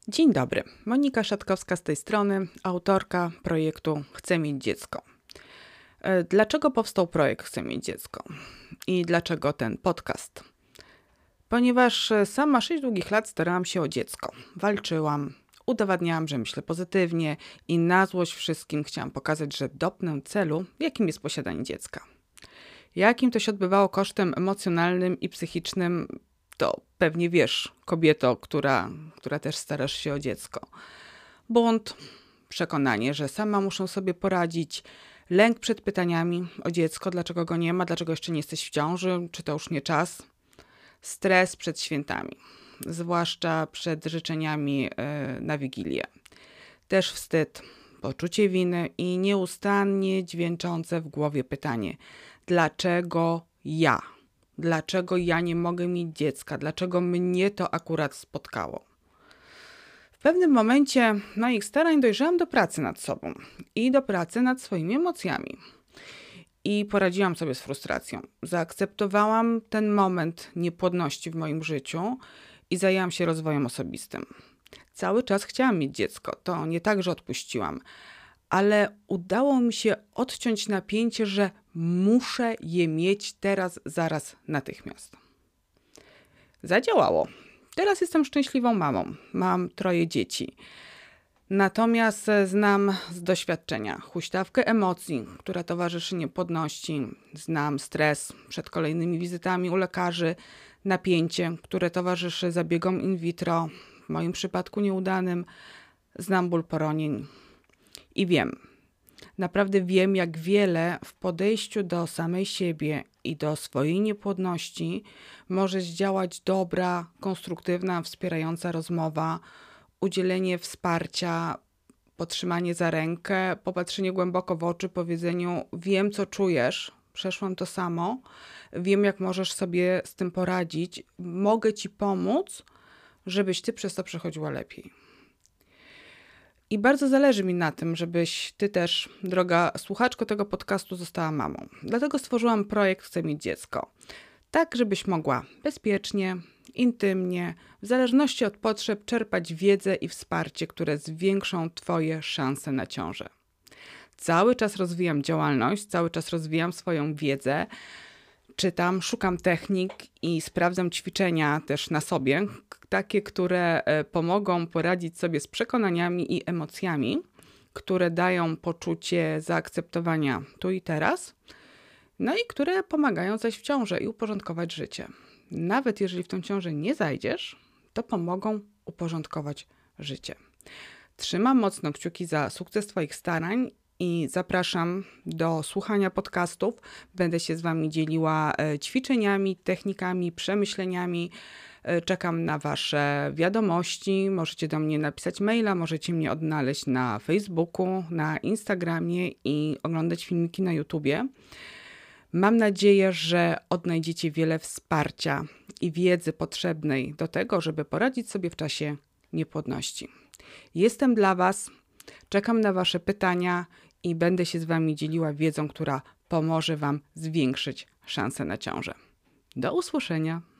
Dzień dobry, Monika Szatkowska z tej strony, autorka projektu Chcę mieć dziecko. Dlaczego powstał projekt Chcę mieć dziecko? I dlaczego ten podcast? Ponieważ sama 6 długich lat starałam się o dziecko. Walczyłam, udowadniałam, że myślę pozytywnie i na złość wszystkim chciałam pokazać, że dopnę celu, jakim jest posiadanie dziecka. Jakim to się odbywało kosztem emocjonalnym i psychicznym, to pewnie wiesz, kobieto, która też starasz się o dziecko. Bunt, przekonanie, że sama muszę sobie poradzić, lęk przed pytaniami o dziecko, dlaczego go nie ma, dlaczego jeszcze nie jesteś w ciąży, czy to już nie czas, stres przed świętami, zwłaszcza przed życzeniami na Wigilię. Też wstyd, poczucie winy i nieustannie dźwięczące w głowie pytanie, dlaczego ja? Dlaczego ja nie mogę mieć dziecka? Dlaczego mnie to akurat spotkało? W pewnym momencie moich starań dojrzałam do pracy nad sobą i do pracy nad swoimi emocjami. I poradziłam sobie z frustracją. Zaakceptowałam ten moment niepłodności w moim życiu i zajęłam się rozwojem osobistym. Cały czas chciałam mieć dziecko, to nie tak, że odpuściłam, ale udało mi się odciąć napięcie, że muszę je mieć teraz, zaraz, natychmiast. Zadziałało. Teraz jestem szczęśliwą mamą. Mam 3 dzieci. Natomiast znam z doświadczenia huśtawkę emocji, która towarzyszy niepłodności. Znam stres przed kolejnymi wizytami u lekarzy, napięcie, które towarzyszy zabiegom in vitro, w moim przypadku nieudanym. Znam ból poronień i wiem, naprawdę wiem, jak wiele w podejściu do samej siebie i do swojej niepłodności może zdziałać dobra, konstruktywna, wspierająca rozmowa, udzielenie wsparcia, potrzymanie za rękę, popatrzenie głęboko w oczy, powiedzeniu: wiem, co czujesz, przeszłam to samo, wiem, jak możesz sobie z tym poradzić, mogę ci pomóc, żebyś ty przez to przechodziła lepiej. I bardzo zależy mi na tym, żebyś ty też, droga słuchaczko tego podcastu, została mamą. Dlatego stworzyłam projekt Chcę mieć dziecko. Tak, żebyś mogła bezpiecznie, intymnie, w zależności od potrzeb, czerpać wiedzę i wsparcie, które zwiększą twoje szanse na ciążę. Cały czas rozwijam działalność, cały czas rozwijam swoją wiedzę, czytam, szukam technik i sprawdzam ćwiczenia też na sobie, takie, które pomogą poradzić sobie z przekonaniami i emocjami, które dają poczucie zaakceptowania tu i teraz, no i które pomagają zajść w ciążę i uporządkować życie. Nawet jeżeli w tą ciążę nie zajdziesz, to pomogą uporządkować życie. Trzymam mocno kciuki za sukces twoich starań i zapraszam do słuchania podcastów. Będę się z wami dzieliła ćwiczeniami, technikami, przemyśleniami. Czekam na wasze wiadomości. Możecie do mnie napisać maila, możecie mnie odnaleźć na Facebooku, na Instagramie i oglądać filmiki na YouTubie. Mam nadzieję, że odnajdziecie wiele wsparcia i wiedzy potrzebnej do tego, żeby poradzić sobie w czasie niepłodności. Jestem dla was, czekam na wasze pytania i będę się z wami dzieliła wiedzą, która pomoże wam zwiększyć szanse na ciążę. Do usłyszenia.